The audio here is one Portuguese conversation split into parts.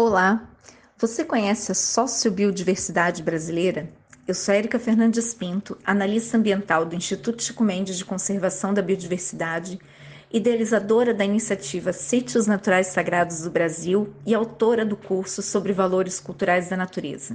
Olá, você conhece a sociobiodiversidade brasileira? Eu sou Érica Fernandes Pinto, analista ambiental do Instituto Chico Mendes de Conservação da Biodiversidade, idealizadora da iniciativa Sítios Naturais Sagrados do Brasil e autora do curso sobre valores culturais da natureza.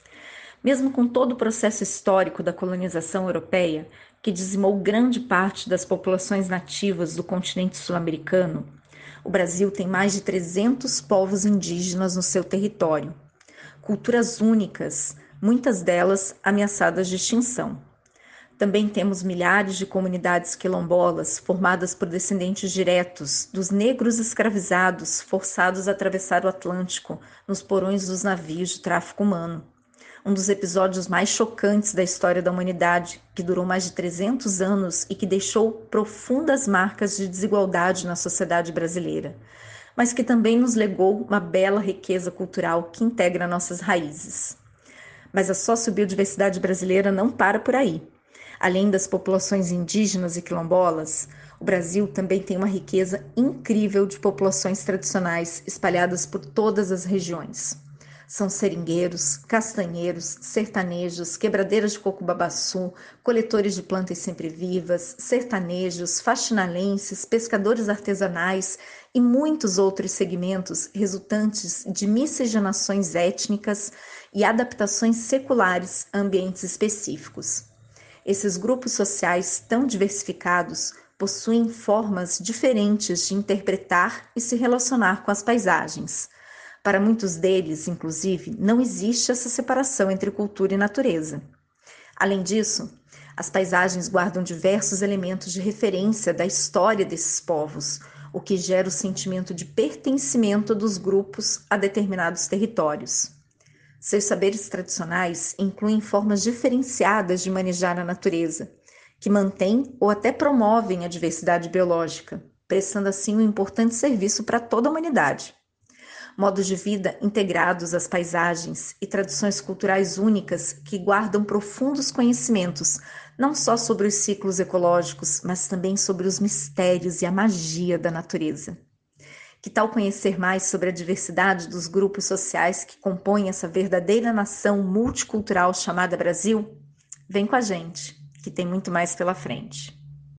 Mesmo com todo o processo histórico da colonização europeia, que dizimou grande parte das populações nativas do continente sul-americano, o Brasil tem mais de 300 povos indígenas no seu território. Culturas únicas, muitas delas ameaçadas de extinção. Também temos milhares de comunidades quilombolas formadas por descendentes diretos dos negros escravizados forçados a atravessar o Atlântico nos porões dos navios de tráfico humano. Um dos episódios mais chocantes da história da humanidade, que durou mais de 300 anos e que deixou profundas marcas de desigualdade na sociedade brasileira, mas que também nos legou uma bela riqueza cultural que integra nossas raízes. Mas a sociobiodiversidade brasileira não para por aí. Além das populações indígenas e quilombolas, o Brasil também tem uma riqueza incrível de populações tradicionais espalhadas por todas as regiões. São seringueiros, castanheiros, sertanejos, quebradeiras de coco-babaçu, coletores de plantas sempre-vivas, sertanejos, faxinalenses, pescadores artesanais e muitos outros segmentos resultantes de miscigenações étnicas e adaptações seculares a ambientes específicos. Esses grupos sociais tão diversificados possuem formas diferentes de interpretar e se relacionar com as paisagens. Para muitos deles, inclusive, não existe essa separação entre cultura e natureza. Além disso, as paisagens guardam diversos elementos de referência da história desses povos, o que gera o sentimento de pertencimento dos grupos a determinados territórios. Seus saberes tradicionais incluem formas diferenciadas de manejar a natureza, que mantêm ou até promovem a diversidade biológica, prestando assim um importante serviço para toda a humanidade. Modos de vida integrados às paisagens e tradições culturais únicas que guardam profundos conhecimentos, não só sobre os ciclos ecológicos, mas também sobre os mistérios e a magia da natureza. Que tal conhecer mais sobre a diversidade dos grupos sociais que compõem essa verdadeira nação multicultural chamada Brasil? Vem com a gente, que tem muito mais pela frente.